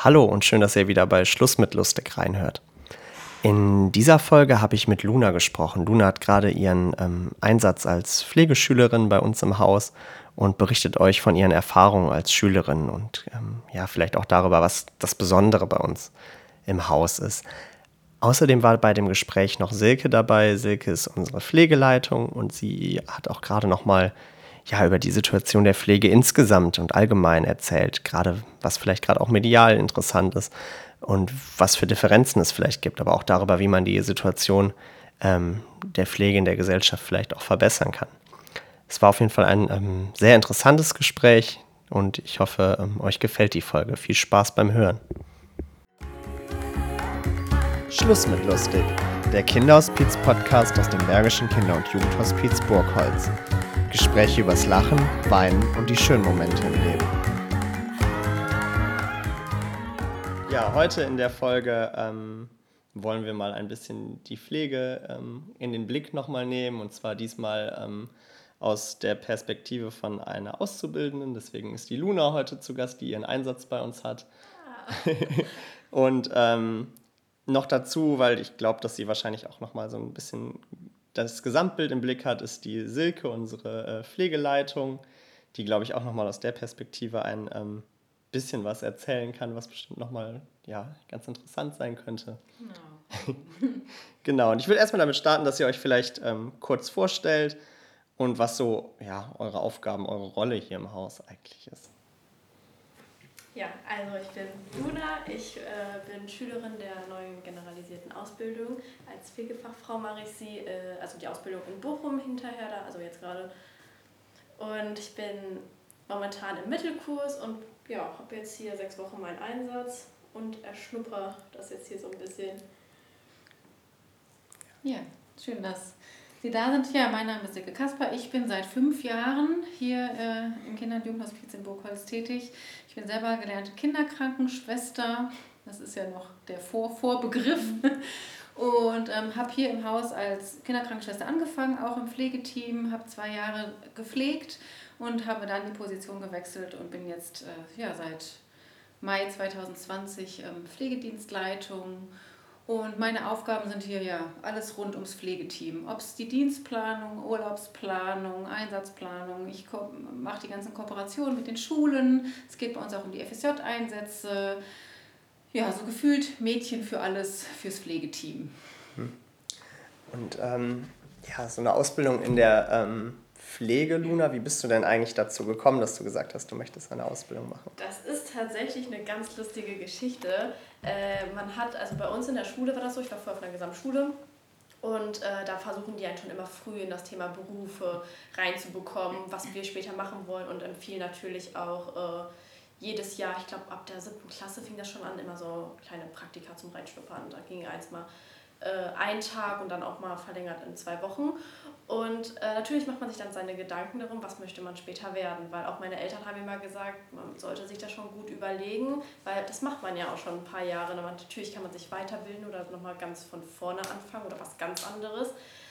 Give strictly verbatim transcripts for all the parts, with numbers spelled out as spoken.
Hallo und schön, dass ihr wieder bei Schluss mit lustig reinhört. In dieser Folge habe ich mit Luna gesprochen. Luna hat gerade ihren ähm, Einsatz als Pflegeschülerin bei uns im Haus und berichtet euch von ihren Erfahrungen als Schülerin und ähm, ja, vielleicht auch darüber, was das Besondere bei uns im Haus ist. Außerdem war bei dem Gespräch noch Silke dabei. Silke ist unsere Pflegeleitung und sie hat auch gerade noch mal ja, über die Situation der Pflege insgesamt und allgemein erzählt, gerade was vielleicht gerade auch medial interessant ist und was für Differenzen es vielleicht gibt, aber auch darüber, wie man die Situation ähm, der Pflege in der Gesellschaft vielleicht auch verbessern kann. Es war auf jeden Fall ein ähm, sehr interessantes Gespräch und ich hoffe, ähm, euch gefällt die Folge. Viel Spaß beim Hören. Schluss mit lustig, der Kinderhospiz-Podcast aus dem Bergischen Kinder- und Jugendhospiz Burgholz. Gespräche übers Lachen, Weinen und die schönen Momente im Leben. Ja, heute in der Folge ähm, wollen wir mal ein bisschen die Pflege ähm, in den Blick nochmal nehmen. Und zwar diesmal ähm, aus der Perspektive von einer Auszubildenden. Deswegen ist die Luna heute zu Gast, die ihren Einsatz bei uns hat. Ah. Und ähm, noch dazu, weil ich glaube, dass sie wahrscheinlich auch nochmal so ein bisschen das Gesamtbild im Blick hat, ist die Silke, unsere äh, Pflegeleitung, die, glaube ich, auch nochmal aus der Perspektive ein ähm, bisschen was erzählen kann, was bestimmt nochmal ja, ganz interessant sein könnte. No. Genau, und ich will erstmal damit starten, dass ihr euch vielleicht ähm, kurz vorstellt und was so ja, eure Aufgaben, eure Rolle hier im Haus eigentlich ist. Ja, also ich bin Luna, ich äh, bin Schülerin der neuen generalisierten Ausbildung. Als Pflegefachfrau mache ich sie, äh, also die Ausbildung in Bochum hinterher, da, also jetzt gerade. Und ich bin momentan im Mittelkurs und ja, habe jetzt hier sechs Wochen meinen Einsatz und erschnupper das jetzt hier so ein bisschen. Ja, schön, dass Sie da sind. Ja, mein Name ist Silke Kasper. Ich bin seit fünf Jahren hier äh, im Kinder- und Jugendhospiz in Burgholz tätig. Ich bin selber gelernte Kinderkrankenschwester. Das ist ja noch der Vor Vorbegriff. Und ähm, habe hier im Haus als Kinderkrankenschwester angefangen, auch im Pflegeteam, habe zwei Jahre gepflegt und habe dann die Position gewechselt und bin jetzt äh, ja, seit Mai zwanzig zwanzig ähm, Pflegedienstleitung. Und meine Aufgaben sind hier ja alles rund ums Pflegeteam. Ob es die Dienstplanung, Urlaubsplanung, Einsatzplanung, ich mache die ganzen Kooperationen mit den Schulen, es geht bei uns auch um die F S J-Einsätze. Ja, so gefühlt Mädchen für alles, fürs Pflegeteam. Und ähm, ja, so eine Ausbildung in der ähm, Pflege, Luna, wie bist du denn eigentlich dazu gekommen, dass du gesagt hast, du möchtest eine Ausbildung machen? Das ist tatsächlich eine ganz lustige Geschichte. Äh, man hat, also bei uns in der Schule war das so, ich war vorher auf einer Gesamtschule. Und äh, da versuchen die einen schon immer früh in das Thema Berufe reinzubekommen, was wir später machen wollen und empfehlen natürlich auch äh, jedes Jahr, ich glaube ab der siebten Klasse fing das schon an, immer so kleine Praktika zum Reinschnuppern. Da ging eins mal äh, ein Tag und dann auch mal verlängert in zwei Wochen. Und äh, natürlich macht man sich dann seine Gedanken darum, was möchte man später werden. Weil auch meine Eltern haben immer gesagt, man sollte sich das schon gut überlegen, weil das macht man ja auch schon ein paar Jahre. Aber natürlich kann man sich weiterbilden oder nochmal ganz von vorne anfangen oder was ganz anderes.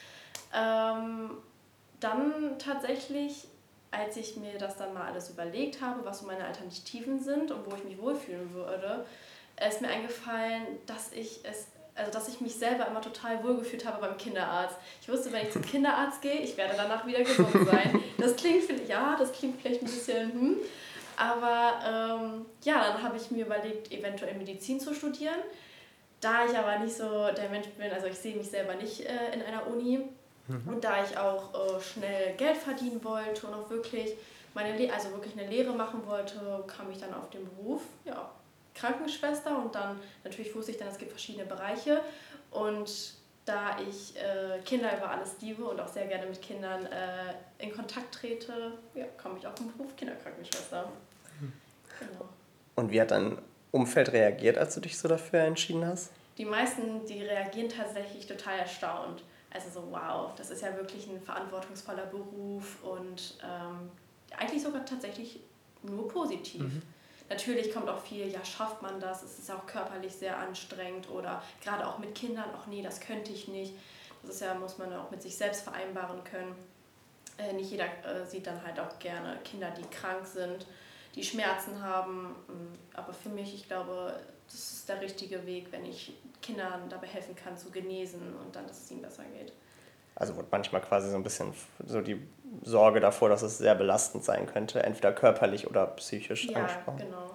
Ähm, dann tatsächlich, als ich mir das dann mal alles überlegt habe, was so meine Alternativen sind und wo ich mich wohlfühlen würde, ist mir eingefallen, dass ich es also dass ich mich selber immer total wohlgefühlt habe beim Kinderarzt. Ich wusste, wenn ich zum Kinderarzt gehe, ich werde danach wieder gesund sein. Das klingt, ja, das klingt vielleicht ein bisschen, hm, aber ähm, ja, dann habe ich mir überlegt, eventuell Medizin zu studieren. Da ich aber nicht so der Mensch bin, also ich sehe mich selber nicht äh, in einer Uni mhm. und da ich auch äh, schnell Geld verdienen wollte und auch wirklich meine Le- also wirklich eine Lehre machen wollte, kam ich dann auf den Beruf, ja, Krankenschwester und dann natürlich wusste ich dann, es gibt verschiedene Bereiche und da ich äh, Kinder über alles liebe und auch sehr gerne mit Kindern äh, in Kontakt trete, ja, komme ich auf den Beruf Kinderkrankenschwester. Mhm. Genau. Und wie hat dein Umfeld reagiert, als du dich so dafür entschieden hast? Die meisten, die reagieren tatsächlich total erstaunt. Also so, wow, das ist ja wirklich ein verantwortungsvoller Beruf und ähm, eigentlich sogar tatsächlich nur positiv. Mhm. Natürlich kommt auch viel, ja, schafft man das, es ist auch körperlich sehr anstrengend oder gerade auch mit Kindern, ach nee, das könnte ich nicht. Das ist ja, muss man auch mit sich selbst vereinbaren können. Äh, nicht jeder äh, sieht dann halt auch gerne Kinder, die krank sind, die Schmerzen haben. Aber für mich mich. Ich glaube, das ist der richtige Weg, wenn ich Kindern dabei helfen kann zu genesen und dann, dass es ihnen besser geht. Also wird manchmal quasi so ein bisschen so die Sorge davor, dass es sehr belastend sein könnte, entweder körperlich oder psychisch Ja, angesprochen. genau,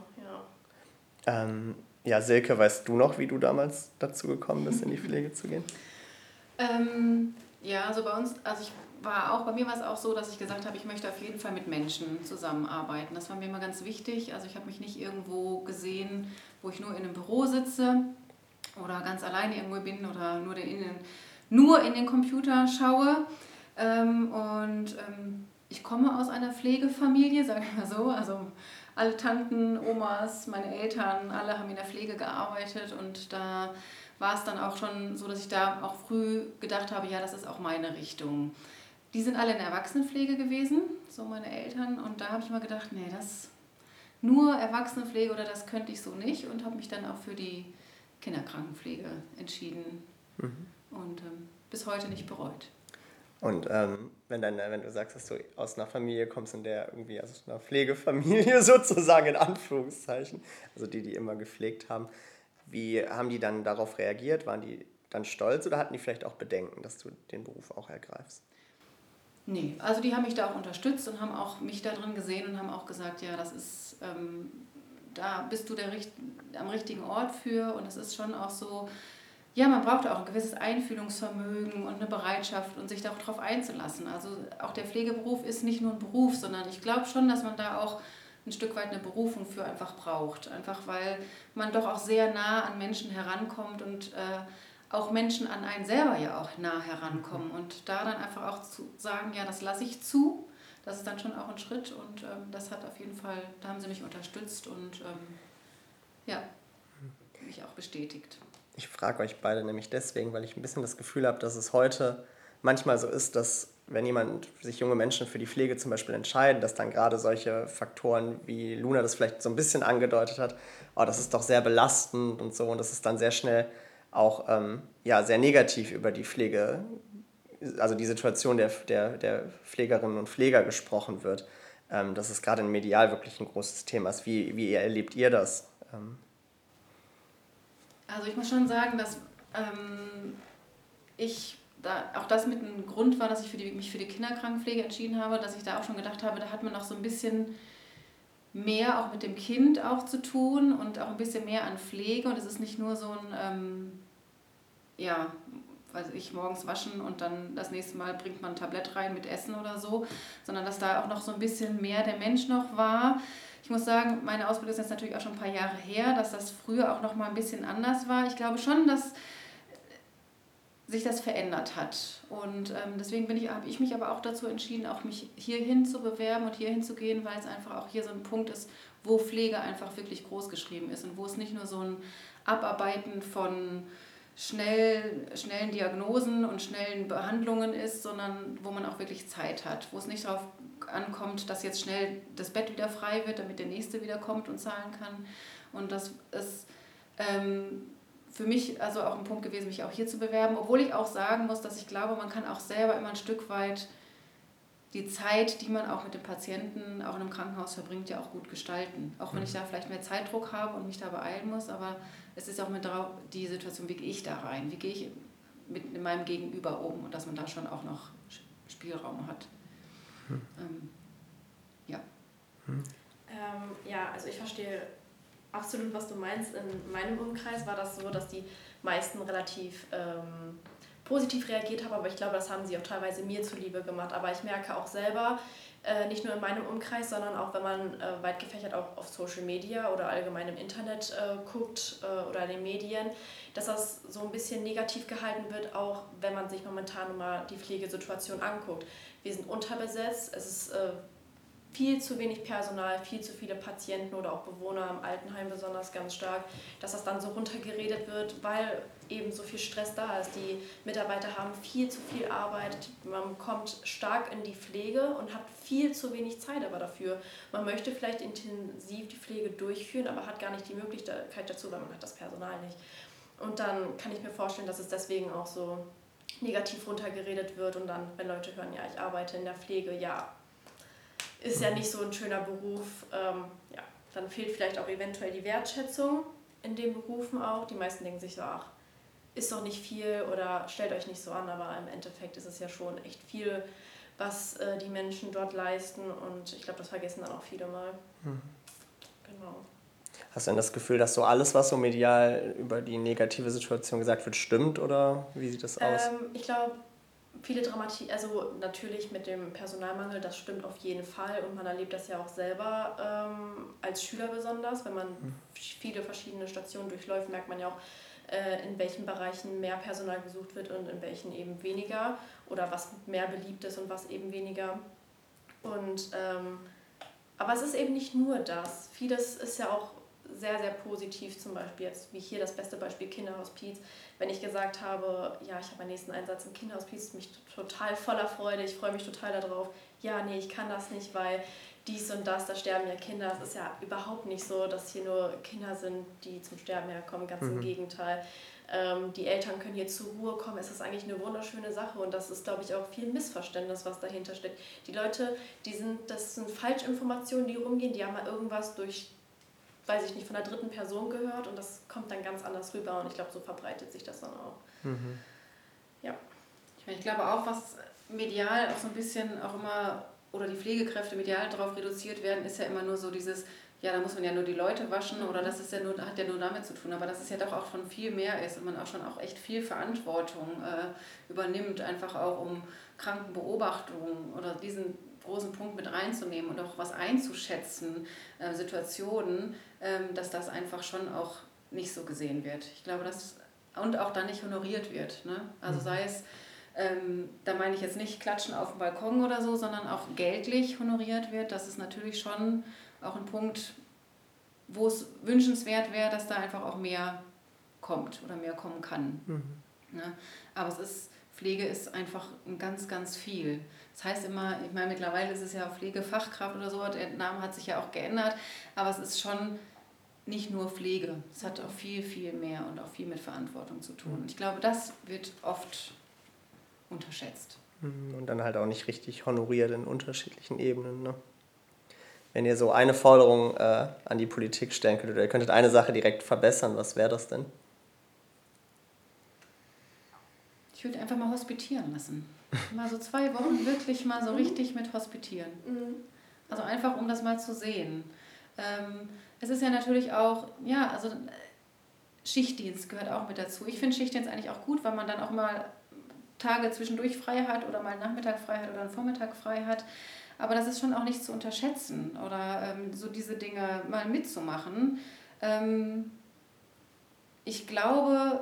ja. Ähm, ja, Silke, weißt du noch, wie du damals dazu gekommen bist, in die Pflege zu gehen? Ähm, ja, also bei uns, also ich war auch, bei mir war es auch so, dass ich gesagt habe, ich möchte auf jeden Fall mit Menschen zusammenarbeiten. Das war mir immer ganz wichtig. Also ich habe mich nicht irgendwo gesehen, wo ich nur in einem Büro sitze oder ganz alleine irgendwo bin oder nur, den, in, den, nur in den Computer schaue. Ähm, und ähm, ich komme aus einer Pflegefamilie, sage ich mal so. Also alle Tanten, Omas, meine Eltern, alle haben in der Pflege gearbeitet und da war es dann auch schon so, dass ich da auch früh gedacht habe, ja, das ist auch meine Richtung. Die sind alle in der Erwachsenenpflege gewesen, so meine Eltern, und da habe ich mal gedacht, nee, das nur Erwachsenenpflege oder das könnte ich so nicht und habe mich dann auch für die Kinderkrankenpflege entschieden mhm. und ähm, bis heute nicht bereut. Und ähm, wenn, dann, wenn du sagst, dass du aus einer Familie kommst, in der irgendwie, also aus einer Pflegefamilie sozusagen in Anführungszeichen, also die, die immer gepflegt haben, wie haben die dann darauf reagiert? Waren die dann stolz oder hatten die vielleicht auch Bedenken, dass du den Beruf auch ergreifst? Nee, also die haben mich da auch unterstützt und haben auch mich da drin gesehen und haben auch gesagt, ja, das ist, ähm, da bist du der, am richtigen Ort für und es ist schon auch so, ja, man braucht auch ein gewisses Einfühlungsvermögen und eine Bereitschaft und sich darauf einzulassen. Also auch der Pflegeberuf ist nicht nur ein Beruf, sondern ich glaube schon, dass man da auch ein Stück weit eine Berufung für einfach braucht. Einfach weil man doch auch sehr nah an Menschen herankommt und äh, auch Menschen an einen selber ja auch nah herankommen. Und da dann einfach auch zu sagen, ja, das lasse ich zu, das ist dann schon auch ein Schritt und ähm, das hat auf jeden Fall, da haben sie mich unterstützt und ähm, ja, mich auch bestätigt. Ich frage euch beide nämlich deswegen, weil ich ein bisschen das Gefühl habe, dass es heute manchmal so ist, dass wenn jemand sich junge Menschen für die Pflege zum Beispiel entscheiden, dass dann gerade solche Faktoren, wie Luna das vielleicht so ein bisschen angedeutet hat, oh, das ist doch sehr belastend und so, und das ist dann sehr schnell auch ähm, ja, sehr negativ über die Pflege, also die Situation der, der, der Pflegerinnen und Pfleger gesprochen wird. Ähm, dass es gerade in medial wirklich ein großes Thema ist. Wie, wie erlebt ihr das? Ähm, Also ich muss schon sagen, dass ähm, ich da auch das mit einem Grund war, dass ich für die, mich für die Kinderkrankenpflege entschieden habe, dass ich da auch schon gedacht habe, da hat man noch so ein bisschen mehr auch mit dem Kind auch zu tun und auch ein bisschen mehr an Pflege und es ist nicht nur so ein, ähm, ja, weiß ich, morgens waschen und dann das nächste Mal bringt man ein Tablett rein mit Essen oder so, sondern dass da auch noch so ein bisschen mehr der Mensch noch war. Ich muss sagen, meine Ausbildung ist jetzt natürlich auch schon ein paar Jahre her, dass das früher auch noch mal ein bisschen anders war. Ich glaube schon, dass sich das verändert hat. Und ähm, deswegen bin ich, habe ich mich aber auch dazu entschieden, auch mich hierhin zu bewerben und hierhin zu gehen, weil es einfach auch hier so ein Punkt ist, wo Pflege einfach wirklich groß geschrieben ist und wo es nicht nur so ein Abarbeiten von schnell, schnellen Diagnosen und schnellen Behandlungen ist, sondern wo man auch wirklich Zeit hat, wo es nicht darauf ankommt, dass jetzt schnell das Bett wieder frei wird, damit der Nächste wieder kommt und zahlen kann. Und das ist ähm, für mich also auch ein Punkt gewesen, mich auch hier zu bewerben, obwohl ich auch sagen muss, dass ich glaube, man kann auch selber immer ein Stück weit die Zeit, die man auch mit dem Patienten auch in einem Krankenhaus verbringt, ja auch gut gestalten. Auch wenn ich da vielleicht mehr Zeitdruck habe und mich da beeilen muss, aber es ist auch mit drauf die Situation, wie gehe ich da rein, wie gehe ich mit meinem Gegenüber um und dass man da schon auch noch Spielraum hat. Hm. Ähm, ja. Hm. Ähm, ja, also ich verstehe absolut, was du meinst. In meinem Umkreis war das so, dass die meisten relativ ähm, positiv reagiert haben, aber ich glaube, das haben sie auch teilweise mir zuliebe gemacht. Aber ich merke auch selber, äh, nicht nur in meinem Umkreis, sondern auch wenn man äh, weit gefächert auch auf Social Media oder allgemein im Internet äh, guckt äh, oder in den Medien, dass das so ein bisschen negativ gehalten wird, auch wenn man sich momentan mal die Pflegesituation anguckt. Wir sind unterbesetzt, es ist äh, viel zu wenig Personal, viel zu viele Patienten oder auch Bewohner im Altenheim besonders ganz stark, dass das dann so runtergeredet wird, weil eben so viel Stress da ist. Die Mitarbeiter haben viel zu viel Arbeit, man kommt stark in die Pflege und hat viel zu wenig Zeit aber dafür. Man möchte vielleicht intensiv die Pflege durchführen, aber hat gar nicht die Möglichkeit dazu, weil man hat das Personal nicht. Und dann kann ich mir vorstellen, dass es deswegen auch so negativ runtergeredet wird und dann, wenn Leute hören, ja, ich arbeite in der Pflege, ja, ist ja nicht so ein schöner Beruf, ähm, ja, dann fehlt vielleicht auch eventuell die Wertschätzung in den Berufen auch. Die meisten denken sich so, ach, ist doch nicht viel oder stellt euch nicht so an, aber im Endeffekt ist es ja schon echt viel, was äh, die Menschen dort leisten und ich glaube, das vergessen dann auch viele mal. Mhm. Genau. Hast du denn das Gefühl, dass so alles, was so medial über die negative Situation gesagt wird, stimmt oder wie sieht das aus? Ähm, ich glaube, viele Dramatik, also natürlich mit dem Personalmangel, das stimmt auf jeden Fall und man erlebt das ja auch selber ähm, als Schüler besonders. Wenn man mhm. viele verschiedene Stationen durchläuft, merkt man ja auch, äh, in welchen Bereichen mehr Personal gesucht wird und in welchen eben weniger oder was mehr beliebt ist und was eben weniger. Und, ähm, aber es ist eben nicht nur das. Vieles ist ja auch sehr, sehr positiv, zum Beispiel jetzt, wie hier das beste Beispiel Kinderhospiz. Wenn ich gesagt habe, ja, ich habe meinen nächsten Einsatz im Kinderhospiz, mich total voller Freude, ich freue mich total darauf. Ja, nee, ich kann das nicht, weil dies und das, da sterben ja Kinder. Es ist ja überhaupt nicht so, dass hier nur Kinder sind, die zum Sterben herkommen, ganz mhm. im Gegenteil. Ähm, die Eltern können hier zur Ruhe kommen. Es ist eigentlich eine wunderschöne Sache und das ist, glaube ich, auch viel Missverständnis, was dahinter steckt. Die Leute, die sind, das sind Falschinformationen, die rumgehen, die haben mal irgendwas durch, weiß ich nicht, von der dritten Person gehört und das kommt dann ganz anders rüber und ich glaube, so verbreitet sich das dann auch. Mhm. Ja. Ich, meine, ich glaube auch, was medial auch so ein bisschen auch immer, oder die Pflegekräfte medial darauf reduziert werden, ist ja immer nur so dieses, ja, da muss man ja nur die Leute waschen oder das ist ja nur, hat ja nur damit zu tun, aber dass es ja doch auch schon viel mehr ist und man auch schon auch echt viel Verantwortung äh, übernimmt, einfach auch um Krankenbeobachtungen oder diesen großen Punkt mit reinzunehmen und auch was einzuschätzen, äh, Situationen, ähm, dass das einfach schon auch nicht so gesehen wird. Ich glaube, dass und auch dann nicht honoriert wird. Ne? Also mhm. sei es, ähm, da meine ich jetzt nicht Klatschen auf dem Balkon oder so, sondern auch geldlich honoriert wird. Das ist natürlich schon auch ein Punkt, wo es wünschenswert wäre, dass da einfach auch mehr kommt oder mehr kommen kann. Mhm. Ne? Aber es ist, Pflege ist einfach ganz, ganz viel. Das heißt immer, ich meine, mittlerweile ist es ja Pflegefachkraft oder so, der Name hat sich ja auch geändert, aber es ist schon nicht nur Pflege. Es hat auch viel, viel mehr und auch viel mit Verantwortung zu tun. Und ich glaube, das wird oft unterschätzt. Und dann halt auch nicht richtig honoriert in unterschiedlichen Ebenen. Ne? Wenn ihr so eine Forderung äh, an die Politik stellen könntet, oder ihr könntet eine Sache direkt verbessern, was wäre das denn? Ich würde einfach mal hospitieren lassen. Mal so zwei Wochen wirklich mal so richtig mit hospitieren. Also einfach, um das mal zu sehen. Ähm, es ist ja natürlich auch, ja, also Schichtdienst gehört auch mit dazu. Ich finde Schichtdienst eigentlich auch gut, weil man dann auch mal Tage zwischendurch frei hat oder mal einen Nachmittag frei hat oder einen Vormittag frei hat. Aber das ist schon auch nicht zu unterschätzen oder ähm, so diese Dinge mal mitzumachen. Ähm, ich glaube,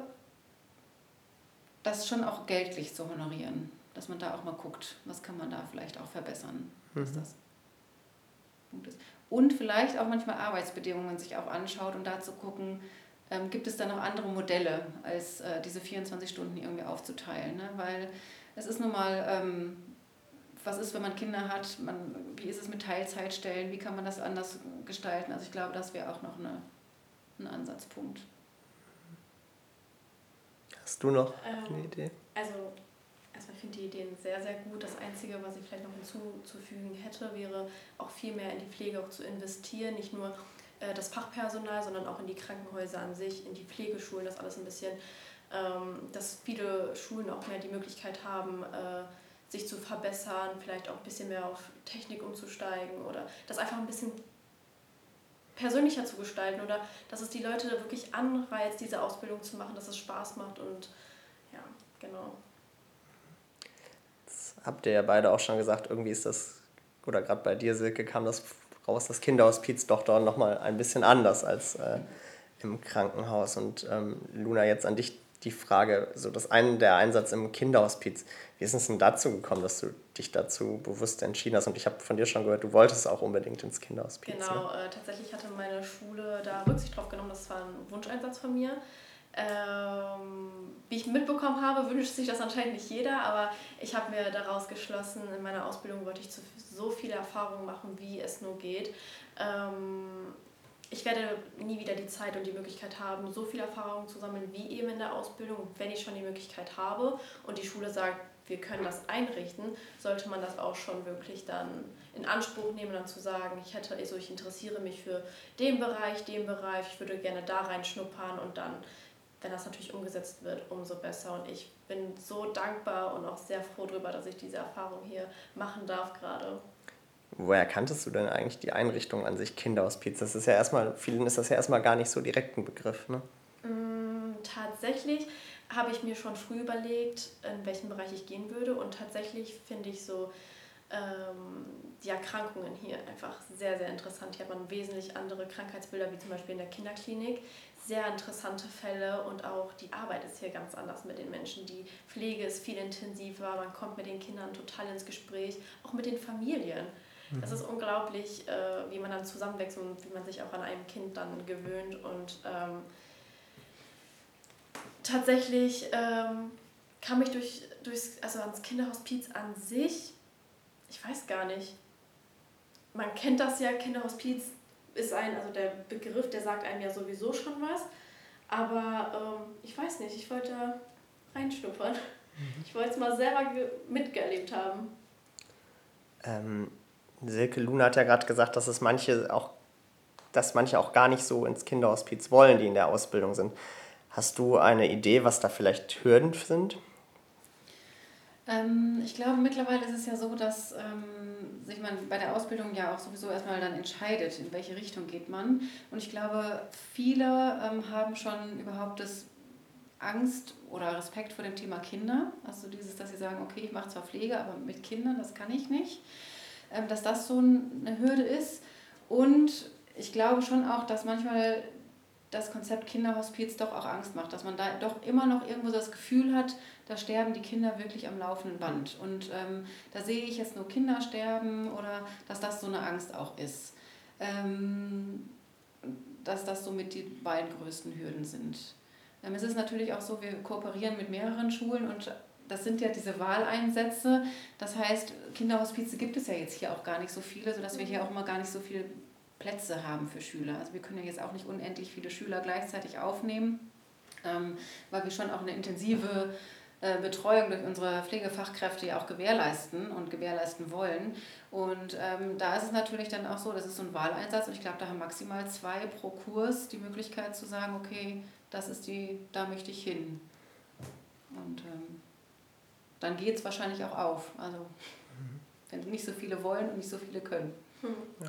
das schon auch geldlich zu honorieren, dass man da auch mal guckt, was kann man da vielleicht auch verbessern, dass mhm. das Punkt ist. Und vielleicht auch manchmal Arbeitsbedingungen sich auch anschaut und da zu gucken, ähm, gibt es da noch andere Modelle, als äh, diese vierundzwanzig Stunden irgendwie aufzuteilen. Ne? Weil es ist nun mal, ähm, was ist, wenn man Kinder hat, man, wie ist es mit Teilzeitstellen, wie kann man das anders gestalten? Also ich glaube, das wäre auch noch eine, ein Ansatzpunkt. Hast du noch ähm, eine Idee? Also erstmal finde ich die Ideen sehr, sehr gut. Das Einzige, was ich vielleicht noch hinzuzufügen hätte, wäre auch viel mehr in die Pflege auch zu investieren. Nicht nur äh, das Fachpersonal, sondern auch in die Krankenhäuser an sich, in die Pflegeschulen, das alles ein bisschen, ähm, dass viele Schulen auch mehr die Möglichkeit haben, äh, sich zu verbessern, vielleicht auch ein bisschen mehr auf Technik umzusteigen oder das einfach ein bisschen persönlicher zu gestalten oder dass es die Leute wirklich anreizt, diese Ausbildung zu machen, dass es Spaß macht und ja, genau. Das habt ihr ja beide auch schon gesagt, irgendwie ist das, oder gerade bei dir, Silke, kam das raus, das Kinderhospiz doch dort nochmal ein bisschen anders als äh, im Krankenhaus. Und ähm, Luna, jetzt an dich die Frage, so das eine, der Einsatz im Kinderhospiz, wie ist es denn dazu gekommen, dass du dich dazu bewusst entschieden hast? Und ich habe von dir schon gehört, du wolltest auch unbedingt ins Kinderhospiz. Genau, ne? äh, tatsächlich hatte meine Schule da Rücksicht drauf genommen, das war ein Wunscheinsatz von mir. Ähm, wie ich mitbekommen habe, wünscht sich das anscheinend nicht jeder, aber ich habe mir daraus geschlossen, in meiner Ausbildung wollte ich zu, so viele Erfahrungen machen, wie es nur geht. Ähm, ich werde nie wieder die Zeit und die Möglichkeit haben, so viel Erfahrung zu sammeln wie eben in der Ausbildung. Wenn ich schon die Möglichkeit habe und die Schule sagt, wir können das einrichten, sollte man das auch schon wirklich dann in Anspruch nehmen, dann zu sagen, ich hätte, also ich interessiere mich für den Bereich, den Bereich, ich würde gerne da reinschnuppern und dann, wenn das natürlich umgesetzt wird, umso besser. Und ich bin so dankbar und auch sehr froh darüber, dass ich diese Erfahrung hier machen darf gerade. Woher kanntest du denn eigentlich die Einrichtung an sich Kinderhospiz? Das ist ja erstmal, vielen ist das ja erstmal gar nicht so direkt ein Begriff, ne? Mm, tatsächlich habe ich mir schon früh überlegt, in welchen Bereich ich gehen würde. Und tatsächlich finde ich so ähm, die Erkrankungen hier einfach sehr, sehr interessant. Hier hat man wesentlich andere Krankheitsbilder, wie zum Beispiel in der Kinderklinik. Sehr interessante Fälle und auch die Arbeit ist hier ganz anders mit den Menschen. Die Pflege ist viel intensiver, man kommt mit den Kindern total ins Gespräch, auch mit den Familien. Es ist unglaublich, äh, wie man dann zusammenwächst und wie man sich auch an einem Kind dann gewöhnt. Und ähm, tatsächlich ähm, kam ich durch, durchs, also ans Kinderhospiz an sich, ich weiß gar nicht. Man kennt das ja, Kinderhospiz ist ein, also der Begriff, der sagt einem ja sowieso schon was. Aber ähm, ich weiß nicht, ich wollte da reinschnuppern. Mhm. Ich wollte es mal selber ge- mitgeerlebt haben. Ähm, Silke, Luna hat ja gerade gesagt, dass es manche auch, dass manche auch gar nicht so ins Kinderhospiz wollen, die in der Ausbildung sind. Hast du eine Idee, was da vielleicht Hürden sind? Ähm, ich glaube, mittlerweile ist es ja so, dass ähm, sich man bei der Ausbildung ja auch sowieso erstmal dann entscheidet, in welche Richtung geht man. Und ich glaube, viele ähm, haben schon überhaupt das Angst oder Respekt vor dem Thema Kinder. Also dieses, dass sie sagen, okay, ich mache zwar Pflege, aber mit Kindern, das kann ich nicht. Ähm, dass das so eine Hürde ist. Und ich glaube schon auch, dass manchmal das Konzept Kinderhospiz doch auch Angst macht, dass man da doch immer noch irgendwo so das Gefühl hat, da sterben die Kinder wirklich am laufenden Band. Und ähm, da sehe ich jetzt nur Kinder sterben oder dass das so eine Angst auch ist. Ähm, dass das somit die beiden größten Hürden sind. Ähm, es ist natürlich auch so, wir kooperieren mit mehreren Schulen und das sind ja diese Wahleinsätze. Das heißt, Kinderhospize gibt es ja jetzt hier auch gar nicht so viele, sodass wir hier auch immer gar nicht so viele Plätze haben für Schüler. Also wir können ja jetzt auch nicht unendlich viele Schüler gleichzeitig aufnehmen, ähm, weil wir schon auch eine intensive äh, Betreuung durch unsere Pflegefachkräfte ja auch gewährleisten und gewährleisten wollen. Und ähm, da ist es natürlich dann auch so, das ist so ein Wahleinsatz und ich glaube, da haben maximal zwei pro Kurs die Möglichkeit zu sagen, okay, das ist die, da möchte ich hin. Und ähm, dann geht es wahrscheinlich auch auf. Also mhm. wenn nicht so viele wollen und nicht so viele können. Hm. Ja.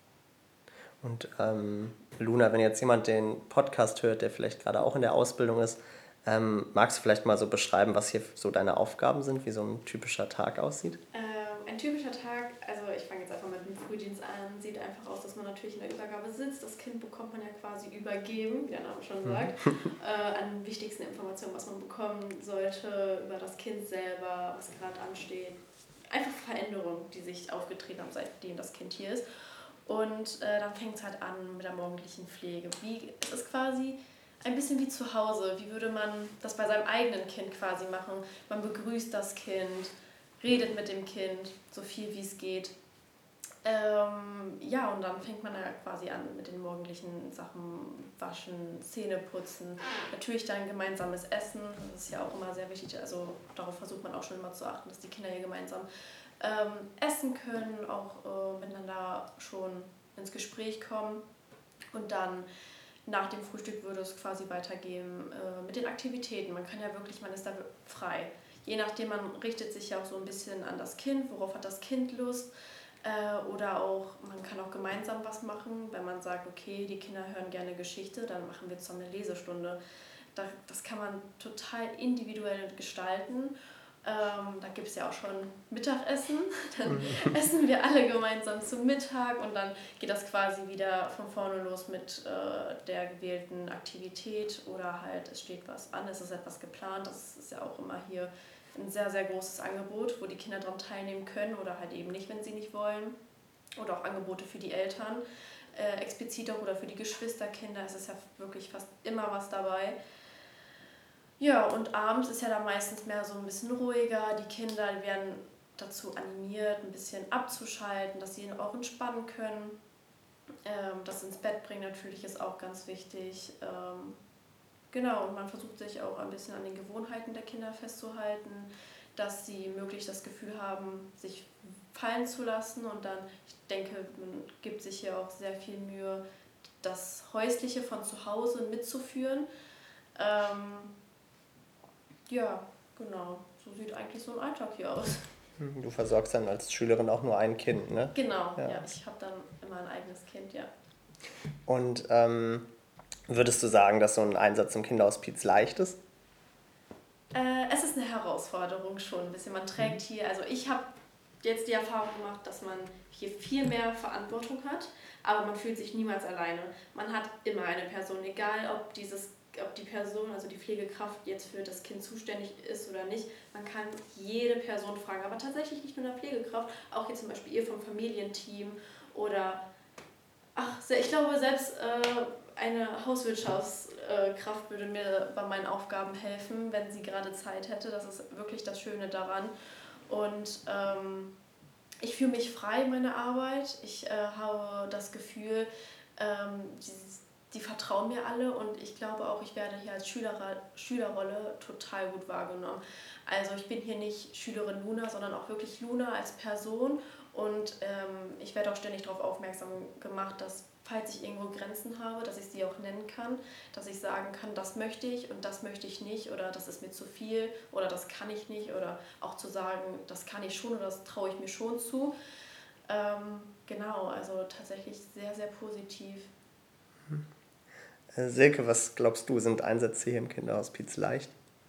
Und ähm, Luna, wenn jetzt jemand den Podcast hört, der vielleicht gerade auch in der Ausbildung ist, ähm, magst du vielleicht mal so beschreiben, was hier so deine Aufgaben sind, wie so ein typischer Tag aussieht? Ähm, ein typischer Tag, also ich fange jetzt einfach mit dem Frühdienst an, sieht einfach aus, dass man natürlich in der Übergabe sitzt. Das Kind bekommt man ja quasi übergeben, wie der Name schon sagt, mhm. äh, an wichtigsten Informationen, was man bekommen sollte über das Kind selber, was gerade ansteht. Einfach Veränderungen, die sich aufgetreten haben, seitdem das Kind hier ist. Und äh, dann fängt es halt an mit der morgendlichen Pflege. Wie, es ist quasi ein bisschen wie zu Hause. Wie würde man das bei seinem eigenen Kind quasi machen? Man begrüßt das Kind, redet mit dem Kind, so viel wie es geht. Ähm, ja, und dann fängt man ja quasi an mit den morgendlichen Sachen, waschen, Zähne putzen. Natürlich dann gemeinsames Essen, das ist ja auch immer sehr wichtig. Also darauf versucht man auch schon immer zu achten, dass die Kinder hier gemeinsam ähm, essen können, auch äh, miteinander schon ins Gespräch kommen. Und dann nach dem Frühstück würde es quasi weitergehen äh, mit den Aktivitäten. Man kann ja wirklich, man ist da frei. Je nachdem, man richtet sich ja auch so ein bisschen an das Kind, worauf hat das Kind Lust. Äh, oder auch, man kann auch gemeinsam was machen, wenn man sagt, okay, die Kinder hören gerne Geschichte, dann machen wir zusammen eine Lesestunde. Da, das kann man total individuell gestalten. Ähm, da gibt es ja auch schon Mittagessen. Dann essen wir alle gemeinsam zum Mittag und dann geht das quasi wieder von vorne los mit äh, der gewählten Aktivität oder halt es steht was an, es ist etwas geplant. Das ist ja auch immer hier ein sehr, sehr großes Angebot, wo die Kinder daran teilnehmen können oder halt eben nicht, wenn sie nicht wollen. Oder auch Angebote für die Eltern, äh, explizit auch oder für die Geschwisterkinder. Es ist ja wirklich fast immer was dabei. Ja, und abends ist ja dann meistens mehr so ein bisschen ruhiger. Die Kinder werden dazu animiert, ein bisschen abzuschalten, dass sie auch entspannen können. Ähm, das ins Bett bringen natürlich ist auch ganz wichtig. Ähm, genau, und man versucht sich auch ein bisschen an den Gewohnheiten der Kinder festzuhalten, dass sie möglichst das Gefühl haben, sich fallen zu lassen und dann, ich denke, man gibt sich hier auch sehr viel Mühe, das Häusliche von zu Hause mitzuführen. Ähm, ja, genau, so sieht eigentlich so ein Alltag hier aus. Du versorgst dann als Schülerin auch nur ein Kind, ne? Genau, ja, ja ich habe dann immer ein eigenes Kind, ja. Und ähm, würdest du sagen, dass so ein Einsatz im Kinderhospiz leicht ist? Äh, es ist eine Herausforderung schon ein bisschen. Man trägt hier, also ich habe jetzt die Erfahrung gemacht, dass man hier viel mehr Verantwortung hat, aber man fühlt sich niemals alleine. Man hat immer eine Person, egal ob dieses, ob die Person, also die Pflegekraft jetzt für das Kind zuständig ist oder nicht. Man kann jede Person fragen, aber tatsächlich nicht nur eine Pflegekraft, auch hier zum Beispiel ihr vom Familienteam oder, ach, ich glaube selbst äh, eine Hauswirtschaftskraft würde mir bei meinen Aufgaben helfen, wenn sie gerade Zeit hätte. Das ist wirklich das Schöne daran. Und ähm, ich fühle mich frei in meiner Arbeit. Ich äh, habe das Gefühl, ähm, die, die vertrauen mir alle und ich glaube auch, ich werde hier als Schüler, Schülerrolle total gut wahrgenommen. Also ich bin hier nicht Schülerin Luna, sondern auch wirklich Luna als Person und ähm, ich werde auch ständig darauf aufmerksam gemacht, dass falls ich irgendwo Grenzen habe, dass ich sie auch nennen kann, dass ich sagen kann, das möchte ich und das möchte ich nicht oder das ist mir zu viel oder das kann ich nicht oder auch zu sagen, das kann ich schon oder das traue ich mir schon zu. Ähm, genau, also tatsächlich sehr, sehr positiv. Silke, was glaubst du, sind Einsätze hier im Kinderhospiz leicht?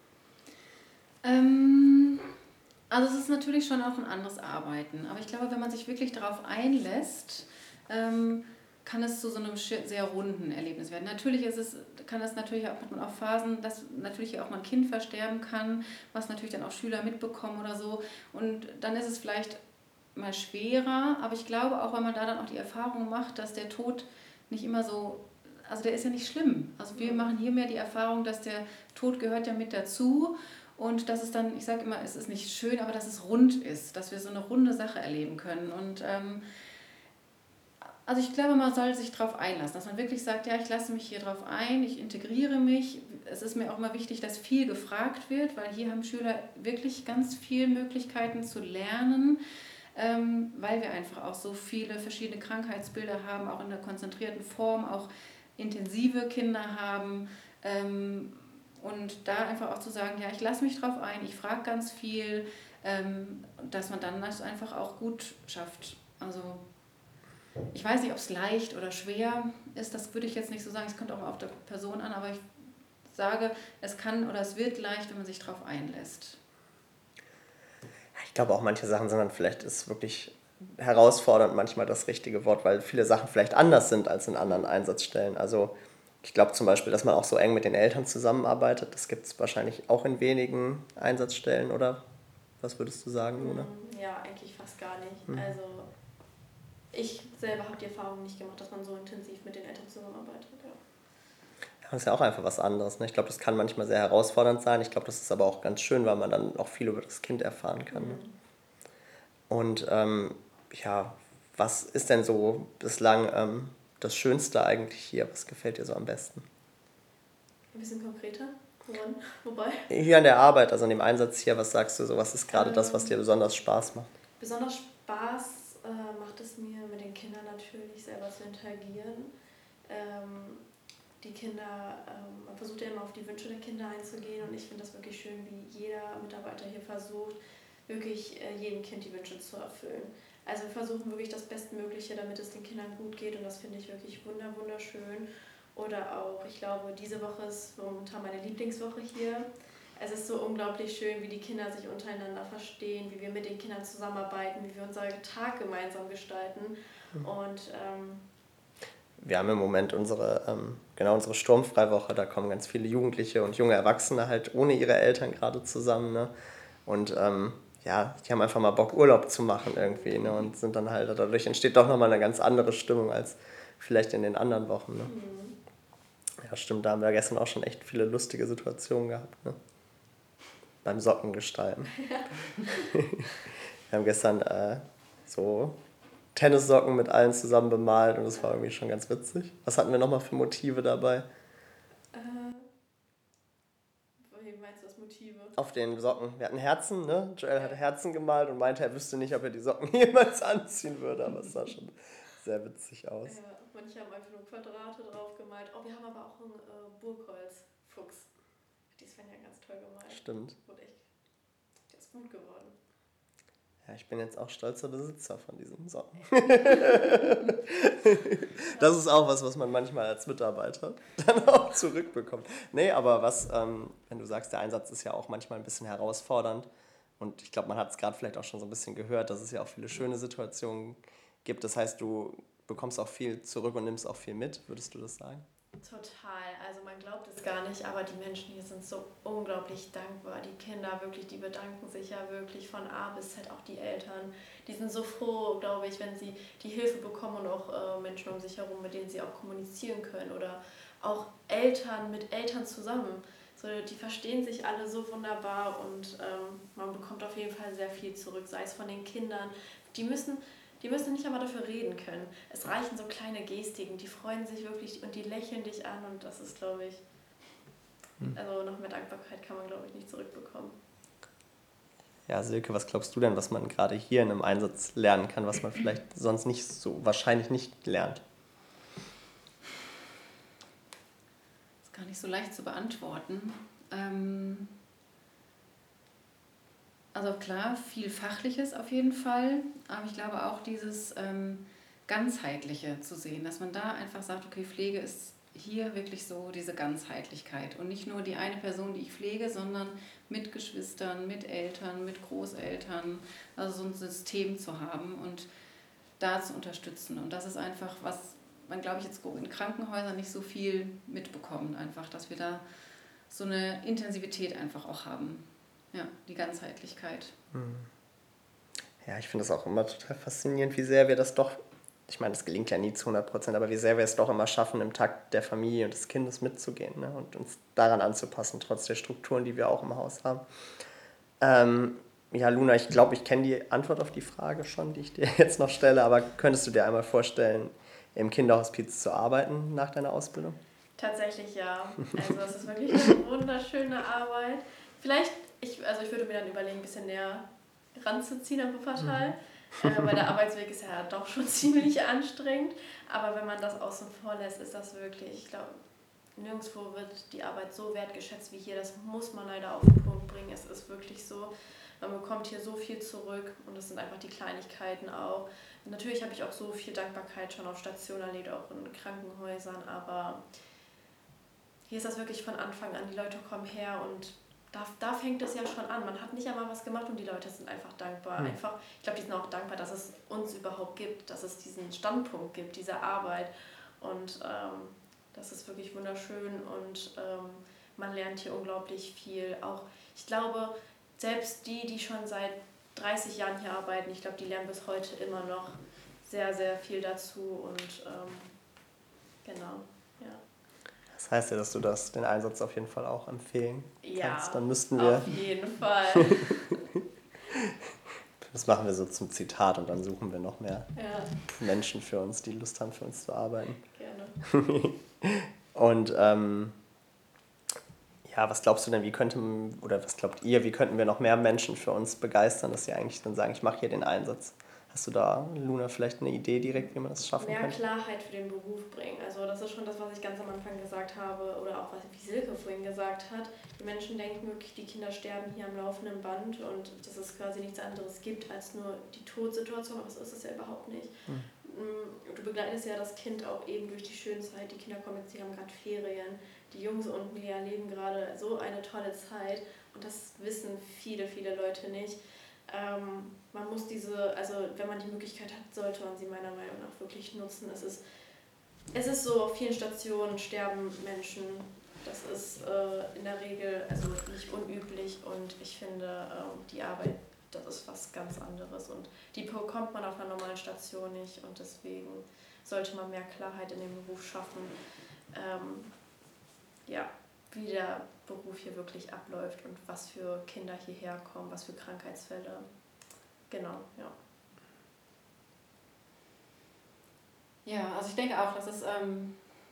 Ähm, also es ist natürlich schon auch ein anderes Arbeiten, aber ich glaube, wenn man sich wirklich darauf einlässt, ähm, kann es zu so einem sehr runden Erlebnis werden. Natürlich ist es, kann es natürlich auch, hat man auch Phasen, dass natürlich auch mal ein Kind versterben kann, was natürlich dann auch Schüler mitbekommen oder so. Und dann ist es vielleicht mal schwerer, aber ich glaube auch, weil man da dann auch die Erfahrung macht, dass der Tod nicht immer so, also der ist ja nicht schlimm. Also wir machen hier mehr die Erfahrung, dass der Tod gehört ja mit dazu und dass es dann, ich sage immer, es ist nicht schön, aber dass es rund ist, dass wir so eine runde Sache erleben können. Und ähm, also ich glaube, man soll sich darauf einlassen, dass man wirklich sagt, ja, ich lasse mich hier drauf ein, ich integriere mich. Es ist mir auch immer wichtig, dass viel gefragt wird, weil hier haben Schüler wirklich ganz viele Möglichkeiten zu lernen, ähm, weil wir einfach auch so viele verschiedene Krankheitsbilder haben, auch in der konzentrierten Form, auch intensive Kinder haben. Ähm, und da einfach auch zu sagen, ja, ich lasse mich drauf ein, ich frage ganz viel, ähm, dass man dann das einfach auch gut schafft. Also ich weiß nicht, ob es leicht oder schwer ist, das würde ich jetzt nicht so sagen, es kommt auch auf die Person an, aber ich sage, es kann oder es wird leicht, wenn man sich darauf einlässt. Ich glaube auch manche Sachen sind dann vielleicht, ist wirklich herausfordernd manchmal das richtige Wort, weil viele Sachen vielleicht anders sind als in anderen Einsatzstellen. Also ich glaube zum Beispiel, dass man auch so eng mit den Eltern zusammenarbeitet, das gibt es wahrscheinlich auch in wenigen Einsatzstellen, oder? Was würdest du sagen, Luna? Ja, eigentlich fast gar nicht. Mhm. Also ich selber habe die Erfahrung nicht gemacht, dass man so intensiv mit den Eltern zusammenarbeitet. Ja. Ja, das ist ja auch einfach was anderes. Ne? Ich glaube, das kann manchmal sehr herausfordernd sein. Ich glaube, das ist aber auch ganz schön, weil man dann auch viel über das Kind erfahren kann. Mhm. Ne? Und ähm, ja, was ist denn so bislang ähm, das Schönste eigentlich hier? Was gefällt dir so am besten? Ein bisschen konkreter? Woran? Wobei? Hier an der Arbeit, also an dem Einsatz hier, was sagst du so? Was ist gerade ähm, das, was dir besonders Spaß macht? Besonders Spaß äh, macht es mir, mit den Kindern natürlich selber zu interagieren. Ähm, die Kinder, ähm, man versucht ja immer auf die Wünsche der Kinder einzugehen und ich finde das wirklich schön, wie jeder Mitarbeiter hier versucht, wirklich äh, jedem Kind die Wünsche zu erfüllen. Also wir versuchen wirklich das Bestmögliche, damit es den Kindern gut geht und das finde ich wirklich wunder wunderschön. Oder auch, ich glaube, diese Woche ist momentan meine Lieblingswoche hier. Es ist so unglaublich schön, wie die Kinder sich untereinander verstehen, wie wir mit den Kindern zusammenarbeiten, wie wir unseren Tag gemeinsam gestalten. Mhm. Und ähm, wir haben im Moment unsere, ähm, genau unsere Sturmfreiwoche, da kommen ganz viele Jugendliche und junge Erwachsene halt ohne ihre Eltern gerade zusammen. Ne? Und ähm, ja, die haben einfach mal Bock, Urlaub zu machen irgendwie. Ne? Und sind dann halt, dadurch entsteht doch nochmal eine ganz andere Stimmung als vielleicht in den anderen Wochen. Ne? Mhm. Ja, stimmt, da haben wir gestern auch schon echt viele lustige Situationen gehabt. Ne? Beim Sockengestalten. Wir haben gestern äh, so Tennissocken mit allen zusammen bemalt und das war irgendwie schon ganz witzig. Was hatten wir nochmal für Motive dabei? Äh, wie meinst du das, Motive? Auf den Socken. Wir hatten Herzen, ne? Joel hatte Herzen gemalt und meinte, er wüsste nicht, ob er die Socken jemals anziehen würde, aber es sah schon sehr witzig aus. Ja, manche haben einfach nur Quadrate drauf gemalt. Oh, wir haben aber auch einen äh, Burgholz-Fuchs. Die ist ja ganz toll gemalt. Stimmt. Und echt, der ist gut geworden. Ja, ich bin jetzt auch stolzer Besitzer von diesen Socken. Das ist auch was, was man manchmal als Mitarbeiter dann auch zurückbekommt. Nee, aber was, ähm, wenn du sagst, der Einsatz ist ja auch manchmal ein bisschen herausfordernd und ich glaube, man hat es gerade vielleicht auch schon so ein bisschen gehört, dass es ja auch viele schöne Situationen gibt. Das heißt, du bekommst auch viel zurück und nimmst auch viel mit, würdest du das sagen? Total, also man glaubt es gar nicht, aber die Menschen hier sind so unglaublich dankbar. Die Kinder wirklich, die bedanken sich ja wirklich von A bis Z, auch die Eltern. Die sind so froh, glaube ich, wenn sie die Hilfe bekommen und auch äh, Menschen um sich herum, mit denen sie auch kommunizieren können oder auch Eltern mit Eltern zusammen. So, die verstehen sich alle so wunderbar und ähm, man bekommt auf jeden Fall sehr viel zurück, sei es von den Kindern. Die müssen... Die müssen nicht einmal dafür reden können. Es reichen so kleine Gestiken, die freuen sich wirklich und die lächeln dich an und das ist, glaube ich, also noch mehr Dankbarkeit kann man, glaube ich, nicht zurückbekommen. Ja, Silke, was glaubst du denn, was man gerade hier in einem Einsatz lernen kann, was man vielleicht sonst nicht so, wahrscheinlich nicht lernt? Das ist gar nicht so leicht zu beantworten. Ähm Also klar, viel Fachliches auf jeden Fall, aber ich glaube auch dieses ähm, Ganzheitliche zu sehen, dass man da einfach sagt, okay, Pflege ist hier wirklich so diese Ganzheitlichkeit und nicht nur die eine Person, die ich pflege, sondern mit Geschwistern, mit Eltern, mit Großeltern, also so ein System zu haben und da zu unterstützen. Und das ist einfach, was man, glaube ich, jetzt in Krankenhäusern nicht so viel mitbekommt, einfach, dass wir da so eine Intensivität einfach auch haben. Ja, die Ganzheitlichkeit. Ja, ich finde das auch immer total faszinierend, wie sehr wir das doch, ich meine, das gelingt ja nie zu hundert Prozent, aber wie sehr wir es doch immer schaffen, im Takt der Familie und des Kindes mitzugehen, ne? Und uns daran anzupassen, trotz der Strukturen, die wir auch im Haus haben. Ähm, ja, Luna, ich glaube, ich kenne die Antwort auf die Frage schon, die ich dir jetzt noch stelle, aber könntest du dir einmal vorstellen, im Kinderhospiz zu arbeiten nach deiner Ausbildung? Tatsächlich ja. Also es ist wirklich eine wunderschöne Arbeit. Vielleicht, ich, also ich würde mir dann überlegen, ein bisschen näher ranzuziehen am Wuppertal, mhm. äh, weil der Arbeitsweg ist ja doch schon ziemlich anstrengend. Aber wenn man das außen vor lässt, ist das wirklich, ich glaube, nirgendwo wird die Arbeit so wertgeschätzt wie hier. Das muss man leider auf den Punkt bringen. Es ist wirklich so, man bekommt hier so viel zurück und das sind einfach die Kleinigkeiten auch. Und natürlich habe ich auch so viel Dankbarkeit schon auf Station erlebt, auch in Krankenhäusern, aber hier ist das wirklich von Anfang an. Die Leute kommen her und da, da fängt es ja schon an. Man hat nicht einmal was gemacht und die Leute sind einfach dankbar. Mhm. Einfach, ich glaube, die sind auch dankbar, dass es uns überhaupt gibt, dass es diesen Standpunkt gibt, diese Arbeit. Und ähm, das ist wirklich wunderschön und ähm, man lernt hier unglaublich viel. Auch, ich glaube, selbst die, die schon seit dreißig Jahren hier arbeiten, ich glaube, die lernen bis heute immer noch sehr, sehr viel dazu und ähm, genau, ja. Das heißt ja, dass du das, den Einsatz auf jeden Fall auch empfehlen ja, kannst. Dann müssten wir. Auf jeden Fall. Das machen wir so zum Zitat und dann suchen wir noch mehr ja. Menschen für uns, die Lust haben, für uns zu arbeiten. Gerne. Und ähm, ja, was glaubst du denn, wie könnte, oder was glaubt ihr, wie könnten wir noch mehr Menschen für uns begeistern, dass sie eigentlich dann sagen, ich mache hier den Einsatz? Hast du da, Luna, vielleicht eine Idee direkt, wie man das schaffen mehr könnte? Mehr Klarheit für den Beruf bringen. Also das ist schon das, was ich ganz am Anfang gesagt habe oder auch was wie Silke vorhin gesagt hat. Die Menschen denken wirklich, die Kinder sterben hier am laufenden Band und dass es quasi nichts anderes gibt als nur die Todsituation, aber das ist es ja überhaupt nicht. Hm. Du begleitest ja das Kind auch eben durch die schöne Zeit. Die Kinder kommen jetzt, sie haben gerade Ferien. Die Jungs unten, die erleben gerade so eine tolle Zeit und das wissen viele, viele Leute nicht. Ähm, man muss diese, also wenn man die Möglichkeit hat, sollte man sie meiner Meinung nach wirklich nutzen. Es ist, es ist so, auf vielen Stationen sterben Menschen. Das ist äh, in der Regel also nicht unüblich und ich finde, äh, die Arbeit, das ist was ganz anderes und die bekommt man auf einer normalen Station nicht und deswegen sollte man mehr Klarheit in dem Beruf schaffen. Ähm, ja, wie der Beruf hier wirklich abläuft und was für Kinder hierher kommen, was für Krankheitsfälle. Genau, ja. Ja, also ich denke auch, dass es ähm,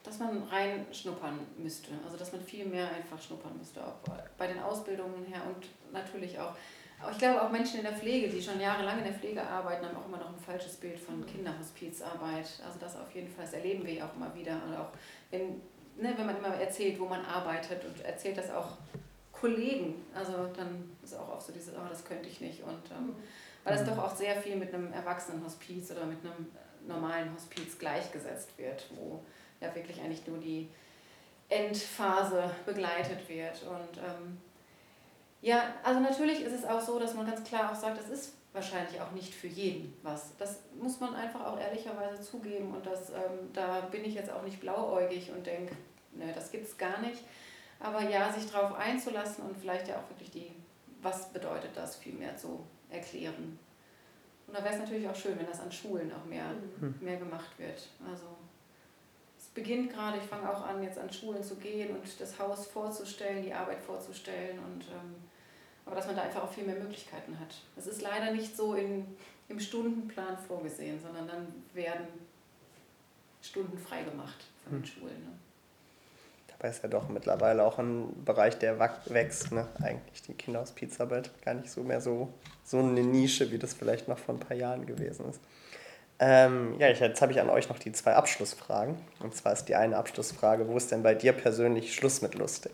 dass man reinschnuppern müsste. Also dass man viel mehr einfach schnuppern müsste, auch bei den Ausbildungen her und natürlich auch. Aber ich glaube auch Menschen in der Pflege, die schon jahrelang in der Pflege arbeiten, haben auch immer noch ein falsches Bild von Kinderhospizarbeit. Also das auf jeden Fall, das erleben wir ja auch immer wieder. Und auch wenn, ne, wenn man immer erzählt, wo man arbeitet und erzählt das auch Kollegen, also dann ist auch oft so dieses, oh, das könnte ich nicht. Und ähm, weil das doch auch sehr viel mit einem Erwachsenenhospiz oder mit einem normalen Hospiz gleichgesetzt wird, wo ja wirklich eigentlich nur die Endphase begleitet wird. Und ähm, ja, also natürlich ist es auch so, dass man ganz klar auch sagt, das ist wahrscheinlich auch nicht für jeden was. Das muss man einfach auch ehrlicherweise zugeben und das, ähm, da bin ich jetzt auch nicht blauäugig und denke, ne, das gibt's gar nicht. Aber ja, sich darauf einzulassen und vielleicht ja auch wirklich die, was bedeutet das, viel mehr zu erklären. Und da wäre es natürlich auch schön, wenn das an Schulen auch mehr, mhm. mehr gemacht wird. Also es beginnt gerade, ich fange auch an, jetzt an Schulen zu gehen und das Haus vorzustellen, die Arbeit vorzustellen. Und, ähm, aber dass man da einfach auch viel mehr Möglichkeiten hat. Das ist leider nicht so in, im Stundenplan vorgesehen, sondern dann werden Stunden freigemacht von den mhm. Schulen. Ne? Dabei ist ja doch mittlerweile auch ein Bereich, der wächst, ne? Eigentlich die Kinderhospizarbeit gar nicht so mehr so, so eine Nische, wie das vielleicht noch vor ein paar Jahren gewesen ist. Ähm, ja, ich, jetzt habe ich an euch noch die zwei Abschlussfragen. Und zwar ist die eine Abschlussfrage, wo ist denn bei dir persönlich Schluss mit lustig?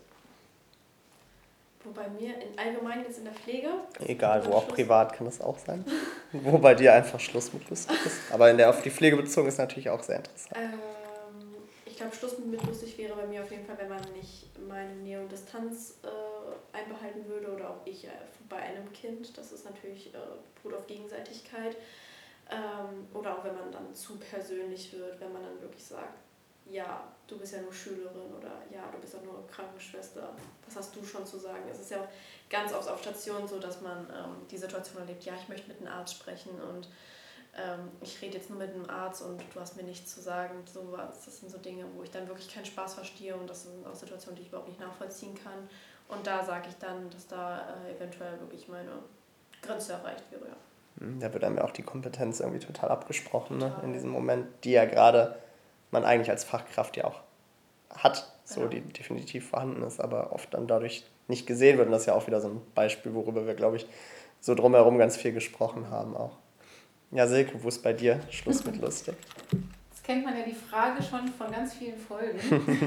Wo bei mir in allgemein jetzt in der Pflege? Egal, wo auch Schluss privat kann das auch sein. Wo bei dir einfach Schluss mit lustig ist. Aber in der auf die Pflege bezogen ist natürlich auch sehr interessant. Ähm, ich glaube, Schluss mit lustig wäre bei mir auf jeden Fall, wenn man nicht meine Nähe und Distanz äh, einbehalten würde oder auch ich äh, bei einem Kind. Das ist natürlich äh, beruht auf Gegenseitigkeit. Ähm, oder auch wenn man dann zu persönlich wird, wenn man dann wirklich sagt, ja, du bist ja nur Schülerin oder ja, du bist ja nur Krankenschwester, was hast du schon zu sagen? Es ist ja auch ganz oft auf Stationen so, dass man ähm, die Situation erlebt, ja, ich möchte mit einem Arzt sprechen und ähm, ich rede jetzt nur mit einem Arzt und du hast mir nichts zu sagen. So was, das sind so Dinge, wo ich dann wirklich keinen Spaß verstehe und das sind auch Situationen, die ich überhaupt nicht nachvollziehen kann. Und da sage ich dann, dass da äh, eventuell wirklich meine Grenze erreicht wäre, ja. Da wird einem ja auch die Kompetenz irgendwie total abgesprochen, total. Ne? In diesem Moment, die ja gerade man eigentlich als Fachkraft ja auch hat, so genau. Die definitiv vorhanden ist, aber oft dann dadurch nicht gesehen wird. Und das ist ja auch wieder so ein Beispiel, worüber wir, glaube ich, so drumherum ganz viel gesprochen haben auch. Ja, Silke, wo ist bei dir Schluss mit lustig? Jetzt kennt man ja die Frage schon von ganz vielen Folgen.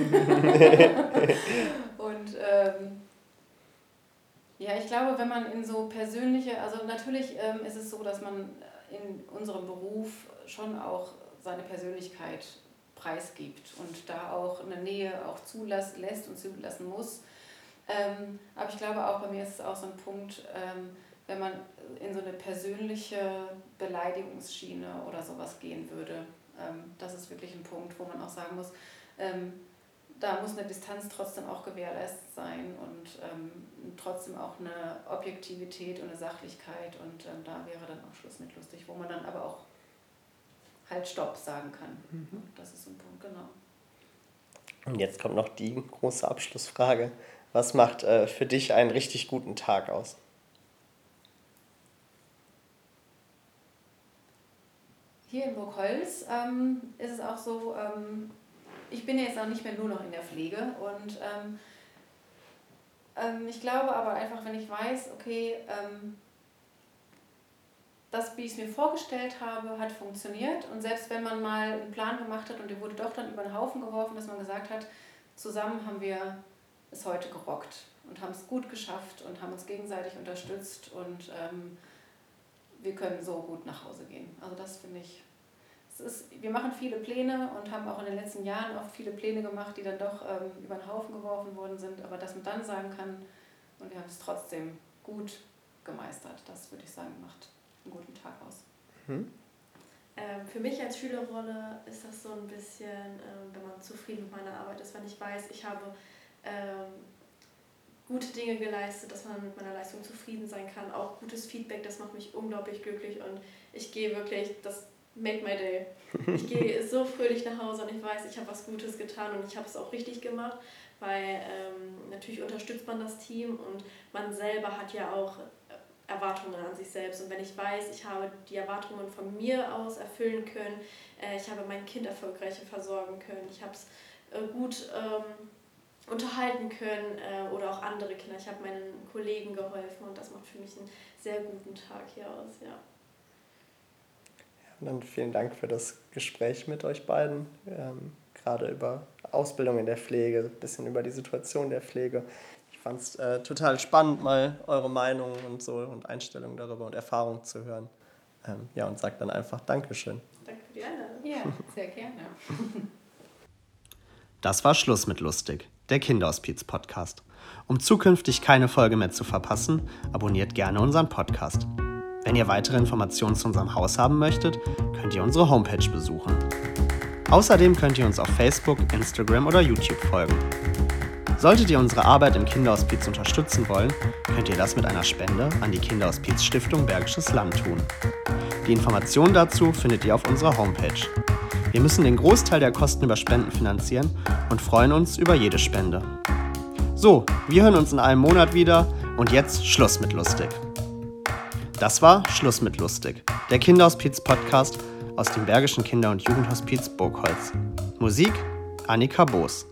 Und ähm, ja, ich glaube, wenn man in so persönliche, also natürlich ähm, ist es so, dass man in unserem Beruf schon auch seine Persönlichkeit preisgibt und da auch eine Nähe auch zulässt und zulassen muss. Ähm, aber ich glaube auch, bei mir ist es auch so ein Punkt, ähm, wenn man in so eine persönliche Beleidigungsschiene oder sowas gehen würde. Ähm, das ist wirklich ein Punkt, wo man auch sagen muss, ähm, da muss eine Distanz trotzdem auch gewährleistet sein und ähm, trotzdem auch eine Objektivität und eine Sachlichkeit und ähm, da wäre dann auch Schluss mit lustig, wo man dann aber auch halt Stopp sagen kann. Mhm. Das ist so ein Punkt, genau. Und jetzt kommt noch die große Abschlussfrage. Was macht äh, für dich einen richtig guten Tag aus? Hier in Burgholz ähm, ist es auch so, ähm, ich bin ja jetzt auch nicht mehr nur noch in der Pflege und ähm, ähm, ich glaube aber einfach, wenn ich weiß, okay, ähm, das, wie ich es mir vorgestellt habe, hat funktioniert und selbst wenn man mal einen Plan gemacht hat und der wurde doch dann über den Haufen geworfen, dass man gesagt hat, zusammen haben wir es heute gerockt und haben es gut geschafft und haben uns gegenseitig unterstützt und ähm, wir können so gut nach Hause gehen. Also das finde ich, es ist, wir machen viele Pläne und haben auch in den letzten Jahren oft viele Pläne gemacht, die dann doch ähm, über den Haufen geworfen worden sind, aber dass man dann sagen kann, und wir haben es trotzdem gut gemeistert, das würde ich sagen, macht einen guten Tag aus. Hm. Ähm, für mich als Schülerrolle ist das so ein bisschen, ähm, wenn man zufrieden mit meiner Arbeit ist, wenn ich weiß, ich habe ähm, gute Dinge geleistet, dass man mit meiner Leistung zufrieden sein kann, auch gutes Feedback, das macht mich unglaublich glücklich und ich gehe wirklich, das make my day. Ich gehe so fröhlich nach Hause und ich weiß, ich habe was Gutes getan und ich habe es auch richtig gemacht, weil ähm, natürlich unterstützt man das Team und man selber hat ja auch Erwartungen an sich selbst und wenn ich weiß, ich habe die Erwartungen von mir aus erfüllen können, äh, ich habe mein Kind erfolgreich versorgen können, ich habe es äh, gut ähm, unterhalten können äh, oder auch andere Kinder. Ich habe meinen Kollegen geholfen und das macht für mich einen sehr guten Tag hier aus. Ja. Ja, dann vielen Dank für das Gespräch mit euch beiden, ähm, gerade über Ausbildung in der Pflege, ein bisschen über die Situation der Pflege. Ich fand es äh, total spannend, mal eure Meinungen und so und Einstellungen darüber und Erfahrungen zu hören. Ähm, ja, und sage dann einfach Dankeschön. Danke für die Einladung. Ja, sehr gerne. Das war Schluss mit Lustig, der Kinderhospiz-Podcast. Um zukünftig keine Folge mehr zu verpassen, abonniert gerne unseren Podcast. Wenn ihr weitere Informationen zu unserem Haus haben möchtet, könnt ihr unsere Homepage besuchen. Außerdem könnt ihr uns auf Facebook, Instagram oder YouTube folgen. Solltet ihr unsere Arbeit im Kinderhospiz unterstützen wollen, könnt ihr das mit einer Spende an die Kinderhospiz-Stiftung Bergisches Land tun. Die Informationen dazu findet ihr auf unserer Homepage. Wir müssen den Großteil der Kosten über Spenden finanzieren und freuen uns über jede Spende. So, wir hören uns in einem Monat wieder und jetzt Schluss mit Lustig. Das war Schluss mit Lustig, der Kinderhospiz-Podcast aus dem Bergischen Kinder- und Jugendhospiz Burgholz. Musik Annika Boos.